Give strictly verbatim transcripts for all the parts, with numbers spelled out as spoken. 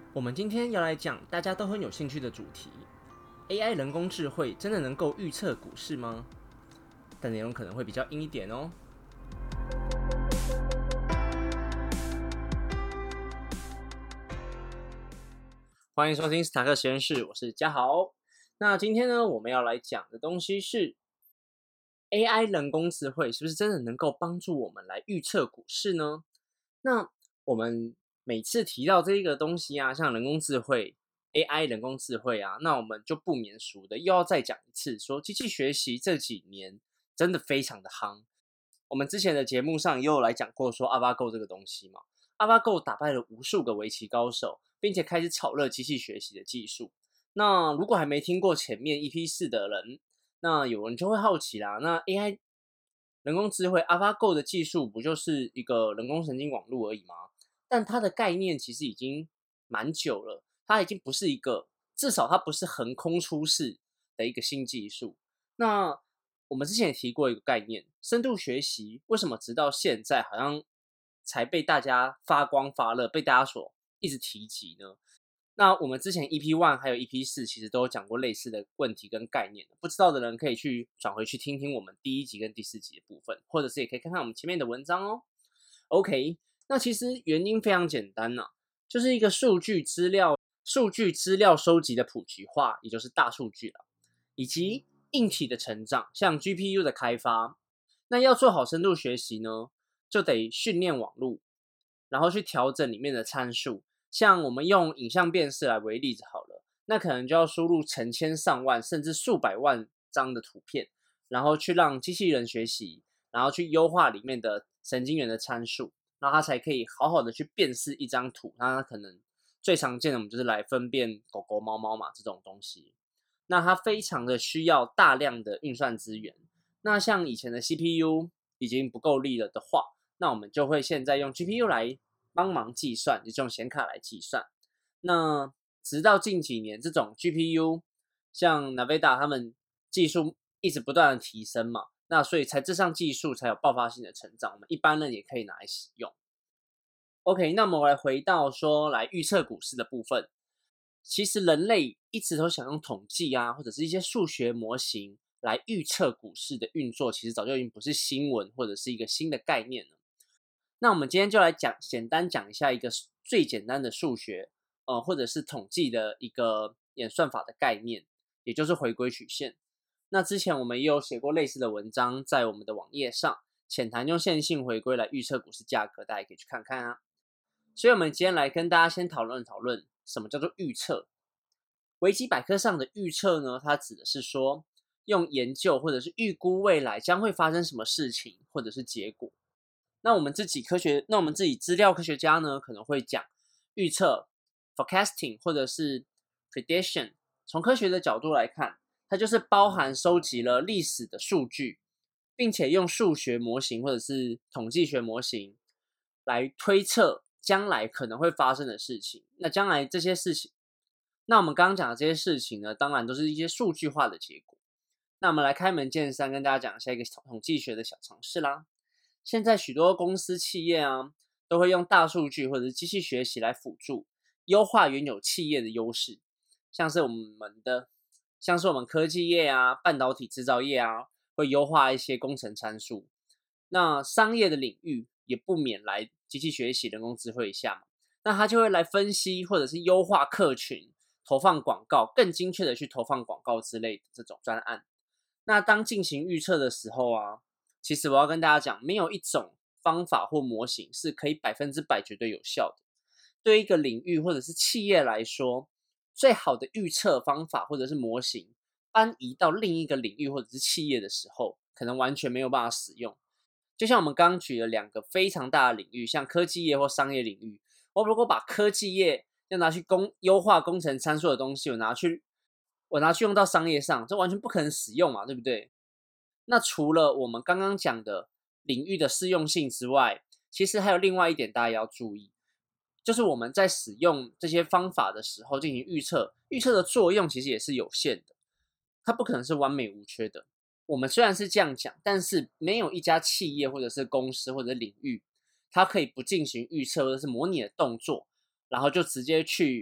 我们今天要来讲大家都很有兴趣的主题 A I 人工智慧真的能够预测股市吗？但内容可能会比较硬一点哦。欢迎收听史塔克实验室，我是嘉豪。那今天呢，我们要来讲的东西是 A I 人工智慧是不是真的能够帮助我们来预测股市呢？那我们每次提到这一个东西啊，像人工智慧 A I 人工智慧啊，那我们就不免俗的又要再讲一次，说机器学习这几年真的非常的夯。我们之前的节目上也有来讲过说 AlphaGo 这个东西嘛， AlphaGo 打败了无数个围棋高手，并且开始炒热机器学习的技术。那如果还没听过前面 E P 四 的人，那有人就会好奇啦，那 A I 人工智慧 AlphaGo 的技术不就是一个人工神经网络而已吗？但它的概念其实已经蛮久了，它已经不是一个，至少它不是横空出世的一个新技术。那我们之前也提过一个概念，深度学习为什么直到现在好像才被大家发光发热，被大家所一直提及呢？那我们之前 E P 一 还有 E P 四 其实都有讲过类似的问题跟概念，不知道的人可以去转回去听听我们第一集跟第四集的部分，或者是也可以看看我们前面的文章哦。OK， 那其实原因非常简单啊，就是一个数据资料、数据资料收集的普及化，也就是大数据了，以及硬体的成长，像 G P U 的开发。那要做好深度学习呢，就得训练网络，然后去调整里面的参数。像我们用影像辨识来为例子好了，那可能就要输入成千上万甚至数百万张的图片，然后去让机器人学习，然后去优化里面的神经元的参数，然后它才可以好好的去辨识一张图。那它可能最常见的我们就是来分辨狗狗猫猫嘛，这种东西，那它非常的需要大量的运算资源。那像以前的 C P U 已经不够力了的话，那我们就会现在用 G P U 来帮忙计算，就是用显卡来计算。那直到近几年，这种 G P U 像 Nvidia 他们技术一直不断的提升嘛，那所以才这项技术才有爆发性的成长，我们一般人也可以拿来使用。OK， 那么我来回到说来预测股市的部分。其实人类一直都想用统计啊，或者是一些数学模型来预测股市的运作，其实早就已经不是新闻或者是一个新的概念了。那我们今天就来讲，简单讲一下一个最简单的数学，呃，或者是统计的一个演算法的概念，也就是回归曲线。那之前我们也有写过类似的文章，在我们的网页上，浅谈用线性回归来预测股市价格，大家可以去看看啊。所以我们今天来跟大家先讨论讨论什么叫做预测。维基百科上的预测呢，它指的是说用研究或者是预估未来将会发生什么事情或者是结果。那我们自己科学，那我们自己资料科学家呢，可能会讲预测 forecasting 或者是 prediction。从科学的角度来看，它就是包含收集了历史的数据，并且用数学模型或者是统计学模型来推测将来可能会发生的事情。那将来这些事情，那我们刚刚讲的这些事情呢，当然都是一些数据化的结果。那我们来开门见山跟大家讲一下一个统计学的小常识啦。现在许多公司企业啊，都会用大数据或者是机器学习来辅助优化原有企业的优势，像是我们的像是我们科技业啊、半导体制造业啊，会优化一些工程参数。那商业的领域也不免来机器学习、人工智慧一下嘛，那它就会来分析或者是优化客群，投放广告，更精确的去投放广告之类的这种专案。那当进行预测的时候啊，其实我要跟大家讲，没有一种方法或模型是可以百分之百绝对有效的。对一个领域或者是企业来说，最好的预测方法或者是模型搬移到另一个领域或者是企业的时候，可能完全没有办法使用。就像我们刚刚举了两个非常大的领域，像科技业或商业领域，我如果把科技业要拿去工优化工程参数的东西，我拿去我拿去用到商业上，这完全不可能使用嘛，对不对？那除了我们刚刚讲的领域的适用性之外，其实还有另外一点大家要注意，就是我们在使用这些方法的时候进行预测，预测的作用其实也是有限的，它不可能是完美无缺的。我们虽然是这样讲，但是没有一家企业或者是公司或者领域，它可以不进行预测或者是模拟的动作，然后就直接去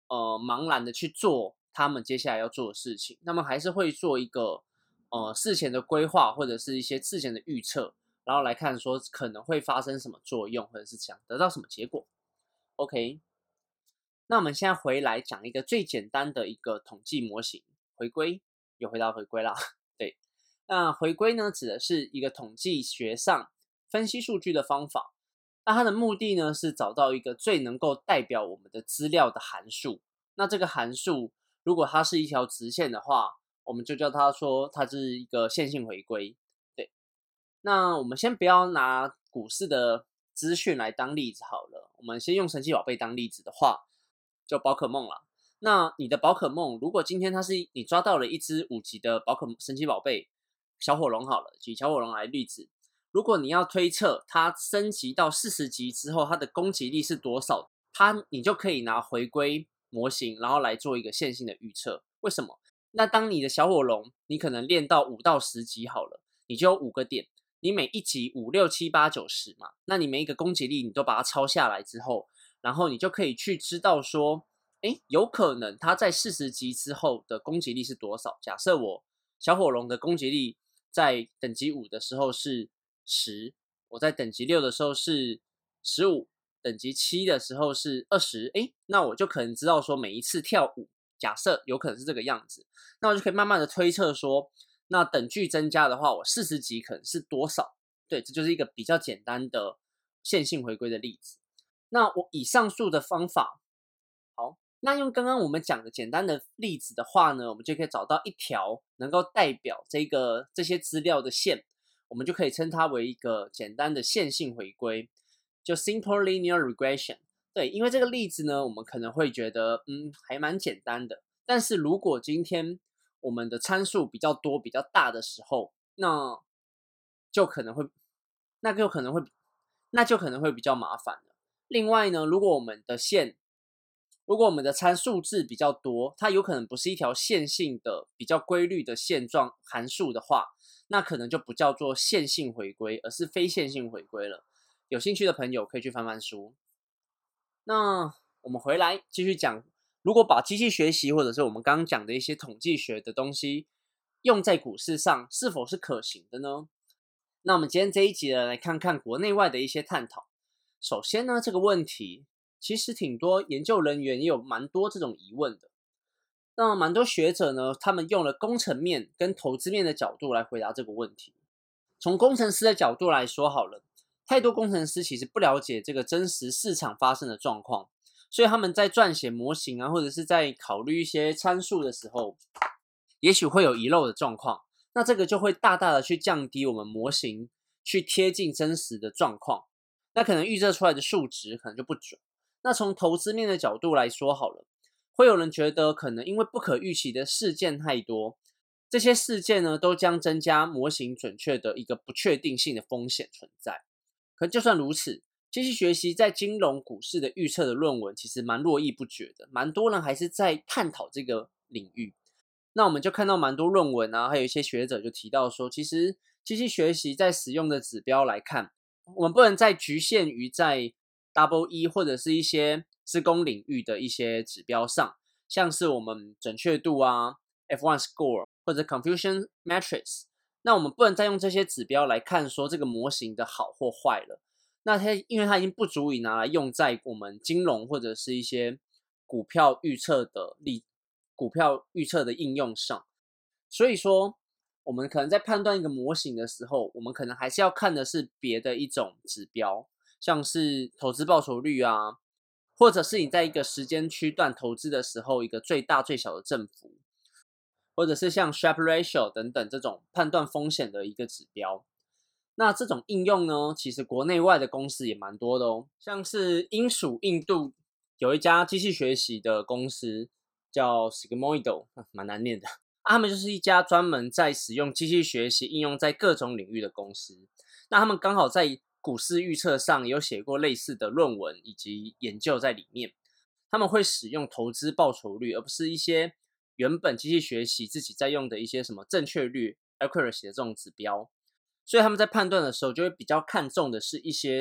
呃茫然的去做他们接下来要做的事情，他们还是会做一个呃事前的规划或者是一些事前的预测，然后来看说可能会发生什么作用，或者是想得到什么结果。OK， 那我们现在回来讲一个最简单的一个统计模型，回归，有回到回归啦。对，那回归呢，指的是一个统计学上分析数据的方法。那它的目的呢，是找到一个最能够代表我们的资料的函数。那这个函数，如果它是一条直线的话，我们就叫它说它是一个线性回归。对，那我们先不要拿股市的资讯来当例子好了，我们先用神奇宝贝当例子的话，就宝可梦啦。那你的宝可梦，如果今天它是你抓到了一只五级的宝可神奇宝贝小火龙好了，举小火龙来例子，如果你要推测它升级到四十级之后它的攻击力是多少，它你就可以拿回归模型，然后来做一个线性的预测。为什么？那当你的小火龙你可能练到五到十级好了，你就有五个点，你每一级五六七八九十嘛，那你每一个攻击力你都把它抄下来之后，然后你就可以去知道说，诶，有可能它在四十级之后的攻击力是多少。假设我小火龙的攻击力在等级五的时候是十，我在等级六的时候是十五，等级七的时候是二十，诶，那我就可能知道说每一次跳五，假设有可能是这个样子，那我就可以慢慢的推测说，那等距增加的话，我四十级可能是多少？对，这就是一个比较简单的线性回归的例子。那我以上述的方法，好，那用刚刚我们讲的简单的例子的话呢，我们就可以找到一条能够代表这个这些资料的线，我们就可以称它为一个简单的线性回归，就 simple linear regression。对，因为这个例子呢，我们可能会觉得，嗯，还蛮简单的。但是如果今天我们的参数比较多、比较大的时候，那就可能会，那就可能会，那就可能会比较麻烦了。另外呢，如果我们的线，如果我们的参数字比较多，它有可能不是一条线性的、比较规律的线状函数的话，那可能就不叫做线性回归，而是非线性回归了。有兴趣的朋友可以去翻翻书。那我们回来继续讲，如果把机器学习或者是我们刚刚讲的一些统计学的东西用在股市上，是否是可行的呢？那我们今天这一集呢，来看看国内外的一些探讨。首先呢，这个问题其实挺多研究人员也有蛮多这种疑问的。那蛮多学者呢，他们用了工程面跟投资面的角度来回答这个问题。从工程师的角度来说好了，太多工程师其实不了解这个真实市场发生的状况，所以他们在撰写模型啊，或者是在考虑一些参数的时候，也许会有遗漏的状况。那这个就会大大的去降低我们模型去贴近真实的状况，那可能预测出来的数值可能就不准。那从投资面的角度来说好了，会有人觉得可能因为不可预期的事件太多，这些事件呢都将增加模型准确的一个不确定性的风险存在。可就算如此，机器学习在金融股市的预测的论文其实蛮络绎不绝的，蛮多人还是在探讨这个领域。那我们就看到蛮多论文啊，还有一些学者就提到说，其实机器学习在使用的指标来看，我们不能再局限于在 Double E 或者是一些资工领域的一些指标上，像是我们准确度啊 F 一 score 或者 confusion matrix， 那我们不能再用这些指标来看说这个模型的好或坏了。那它因为它已经不足以拿来用在我们金融或者是一些股票预测的例股票预测的应用上，所以说我们可能在判断一个模型的时候，我们可能还是要看的是别的一种指标，像是投资报酬率啊，或者是你在一个时间区段投资的时候一个最大最小的振幅，或者是像 Sharpe ratio 等等这种判断风险的一个指标。那这种应用呢，其实国内外的公司也蛮多的哦，像是英属印度有一家机器学习的公司叫 Sigmoid， 蛮难念的、啊、他们就是一家专门在使用机器学习应用在各种领域的公司。那他们刚好在股市预测上有写过类似的论文以及研究在里面，他们会使用投资报酬率，而不是一些原本机器学习自己在用的一些什么正确率 accuracy 的这种指标。所以他们在判断的时候就会比较看重的是一些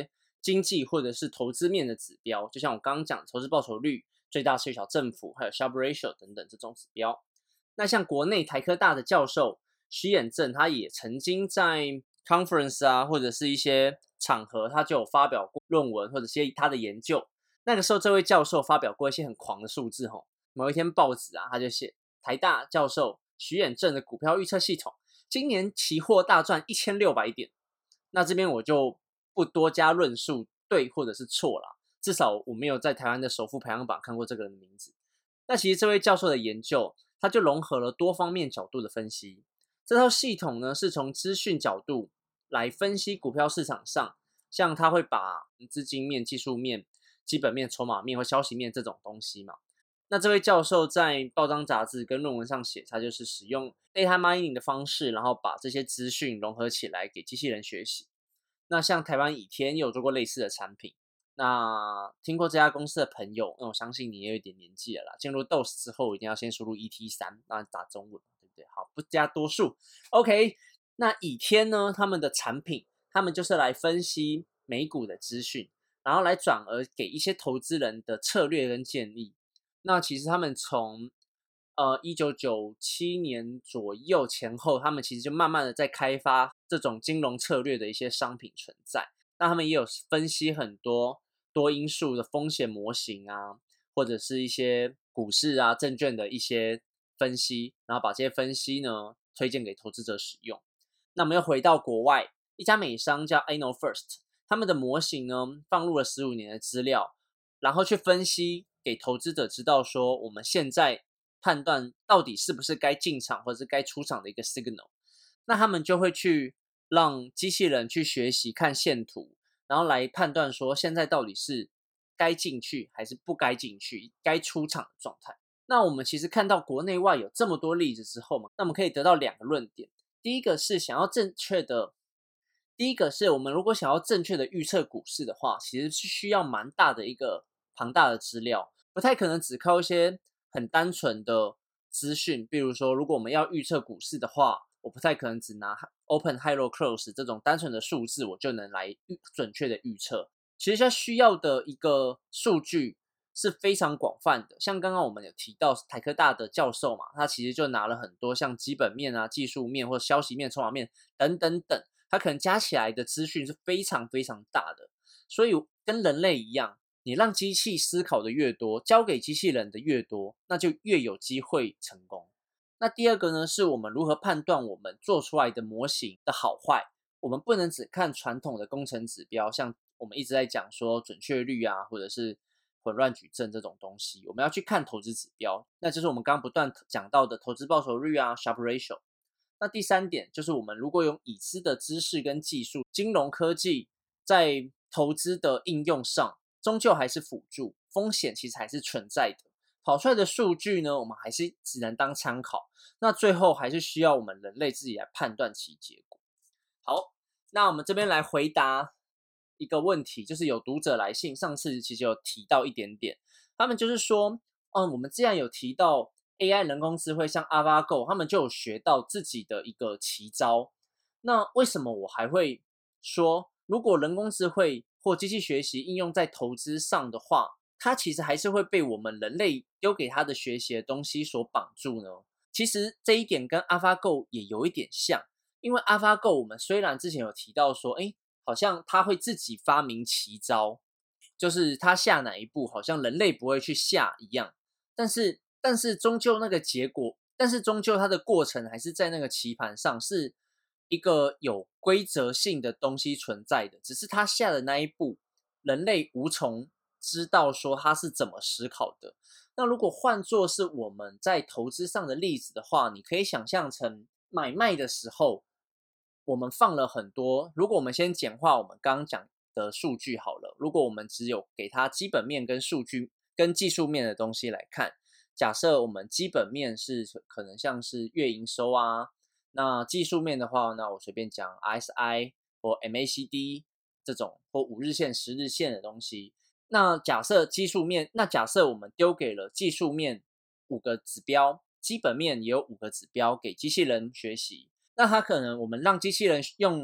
经济或者是投资面的指标，就像我刚刚讲的投资报酬率、最大税小政府，还有 Sharpe Ratio 等等这种指标。那像国内台科大的教授徐衍正，他也曾经在 conference 啊，或者是一些场合，他就有发表过论文或者是他的研究。那个时候，这位教授发表过一些很狂的数字吼。某一天报纸啊，他就写台大教授徐衍正的股票预测系统，今年期货大赚一千六百点。那这边我就不多加论述对或者是错啦，至少我没有在台湾的首富排行榜看过这个人的名字。那其实这位教授的研究，他就融合了多方面角度的分析。这套系统呢，是从资讯角度来分析股票市场上，像他会把资金面、技术面、基本面、筹码面或消息面这种东西嘛。那这位教授在报章杂志跟论文上写，他就是使用 data mining 的方式，然后把这些资讯融合起来给机器人学习。那像台湾倚天也有做过类似的产品。那听过这家公司的朋友，那我相信你也有一点年纪了啦。进入 D O S 之后，一定要先输入 E T 三， 那打中文，对不对？好，不加多数。OK， 那倚天呢，他们的产品，他们就是来分析美股的资讯，然后来转而给一些投资人的策略跟建议。那其实他们从呃一九九七年左右前后，他们其实就慢慢的在开发这种金融策略的一些商品存在。那他们也有分析很多多因素的风险模型啊，或者是一些股市啊、证券的一些分析，然后把这些分析呢推荐给投资者使用。那我们又回到国外，一家美商叫 I Know First， 他们的模型呢放入了十五年的资料，然后去分析给投资者知道说，我们现在判断到底是不是该进场或者是该出场的一个 signal。那他们就会去让机器人去学习看线图，然后来判断说现在到底是该进去还是不该进去，该出场的状态。那我们其实看到国内外有这么多例子之后嘛，那我们可以得到两个论点。第一个是想要正确的，第一个是我们如果想要正确的预测股市的话，其实是需要蛮大的一个庞大的资料，不太可能只靠一些很单纯的资讯。比如说，如果我们要预测股市的话，我不太可能只拿 open high low close 这种单纯的数字我就能来准确的预测。其实它需要的一个数据是非常广泛的，像刚刚我们有提到台科大的教授嘛，他其实就拿了很多像基本面啊、技术面或消息面、筹码面等等等，他可能加起来的资讯是非常非常大的。所以跟人类一样，你让机器思考的越多，交给机器人的越多，那就越有机会成功。那第二个呢，是我们如何判断我们做出来的模型的好坏。我们不能只看传统的工程指标，像我们一直在讲说准确率啊，或者是混乱矩阵这种东西，我们要去看投资指标，那就是我们刚刚不断讲到的投资报酬率啊 Sharpe Ratio。 那第三点就是我们如果用已知的知识跟技术，金融科技在投资的应用上终究还是辅助，风险其实还是存在的，跑出来的数据呢，我们还是只能当参考，那最后还是需要我们人类自己来判断其结果。好，那我们这边来回答一个问题，就是有读者来信，上次其实有提到一点点，他们就是说，嗯，我们既然有提到 A I 人工智慧，像 AlphaGo， 他们就有学到自己的一个奇招，那为什么我还会说，如果人工智慧或机器学习应用在投资上的话，它其实还是会被我们人类丢给它的学习的东西所绑住呢？其实这一点跟 AlphaGo 也有一点像，因为 AlphaGo 我们虽然之前有提到说，诶，好像它会自己发明奇招，就是它下哪一步好像人类不会去下一样，但是但是终究那个结果，但是终究它的过程还是在那个棋盘上是一个有规则性的东西存在的，只是它下的那一步人类无从知道说它是怎么思考的。那如果换作是我们在投资上的例子的话，你可以想象成买卖的时候，我们放了很多，如果我们先简化我们刚刚讲的数据好了，如果我们只有给它基本面跟数据跟技术面的东西来看，假设我们基本面是可能像是月营收啊，那技术面的话，那我随便讲 R S I 或 M A C D 这种或五日线、十日线的东西。那假设技术面，那假设我们丢给了技术面五个指标，基本面也有五个指标给机器人学习，那它可能我们让机器人用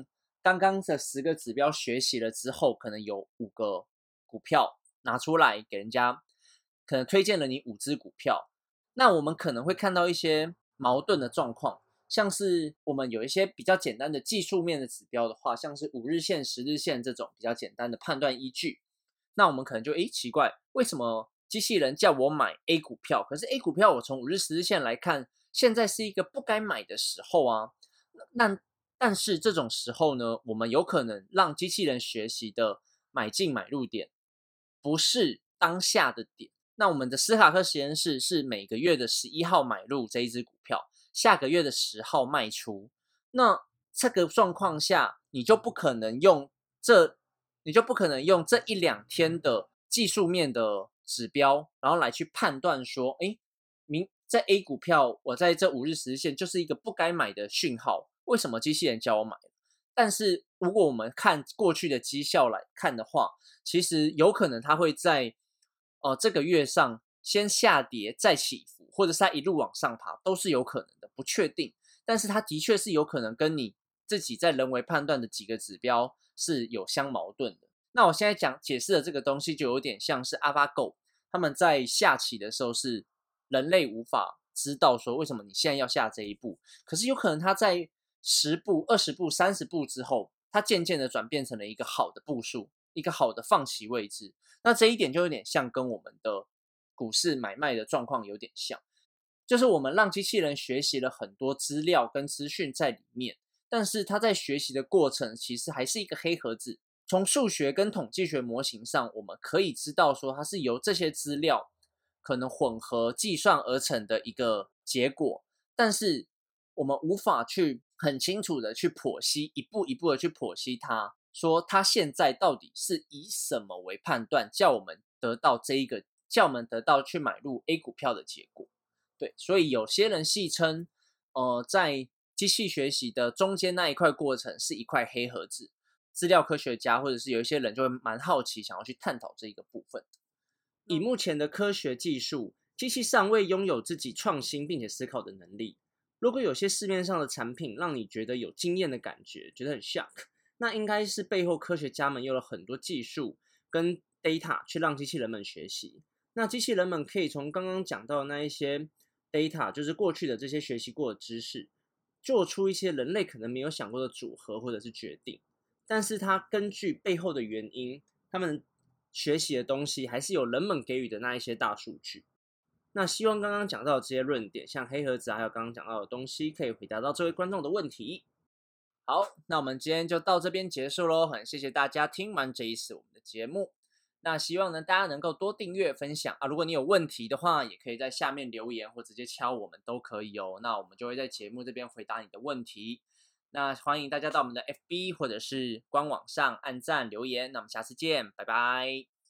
刚刚的十个指标学习了之后，可能有五个股票拿出来给人家，可能推荐了你五只股票，那我们可能会看到一些矛盾的状况，像是我们有一些比较简单的技术面的指标的话，像是五日线、十日线这种比较简单的判断依据，那我们可能就诶奇怪，为什么机器人叫我买 A 股票，可是 A 股票我从五日、十日线来看，现在是一个不该买的时候啊。那但是这种时候呢，我们有可能让机器人学习的买进买入点不是当下的点。那我们的斯卡克实验室是每个月的十一号买入这一只股票，下个月的十号卖出。那这个状况下，你就不可能用这，你就不可能用这一两天的技术面的指标，然后来去判断说，哎，明在 A 股票，我在这五日、十日线就是一个不该买的讯号。为什么机器人叫我买？但是如果我们看过去的绩效来看的话，其实有可能它会在呃这个月上先下跌再起伏，或者是它一路往上爬，都是有可能的，不确定。但是它的确是有可能跟你自己在人为判断的几个指标是有相矛盾的。那我现在讲解释的这个东西，就有点像是 AlphaGo 他们在下棋的时候是人类无法知道说为什么你现在要下这一步，可是有可能它在十步、二十步、三十步之后，它渐渐的转变成了一个好的步数，一个好的放棋位置。那这一点就有点像跟我们的股市买卖的状况有点像，就是我们让机器人学习了很多资料跟资讯在里面，但是它在学习的过程其实还是一个黑盒子。从数学跟统计学模型上，我们可以知道说它是由这些资料可能混合计算而成的一个结果，但是我们无法去很清楚的去剖析，一步一步的去剖析它，说它现在到底是以什么为判断，叫我们得到这一个，叫我们得到去买入 A 股票的结果。对，所以有些人戏称，呃，在机器学习的中间那一块过程是一块黑盒子，资料科学家或者是有一些人就会蛮好奇，想要去探讨这一个部分。以目前的科学技术，机器尚未拥有自己创新并且思考的能力。如果有些市面上的产品让你觉得有惊艳的感觉，觉得很 shock， 那应该是背后科学家们用了很多技术跟 data 去让机器人们学习。那机器人们可以从刚刚讲到的那一些 data， 就是过去的这些学习过的知识，做出一些人类可能没有想过的组合或者是决定。但是它根据背后的原因，他们学习的东西还是有人们给予的那一些大数据。那希望刚刚讲到的这些论点，像黑盒子还有刚刚讲到的东西，可以回答到这位观众的问题。好，那我们今天就到这边结束咯，很谢谢大家听完这一次我们的节目。那希望呢大家能够多订阅分享啊，如果你有问题的话，也可以在下面留言或直接敲我们都可以哦。那我们就会在节目这边回答你的问题。那欢迎大家到我们的 F B 或者是官网上按赞留言，那我们下次见，拜拜。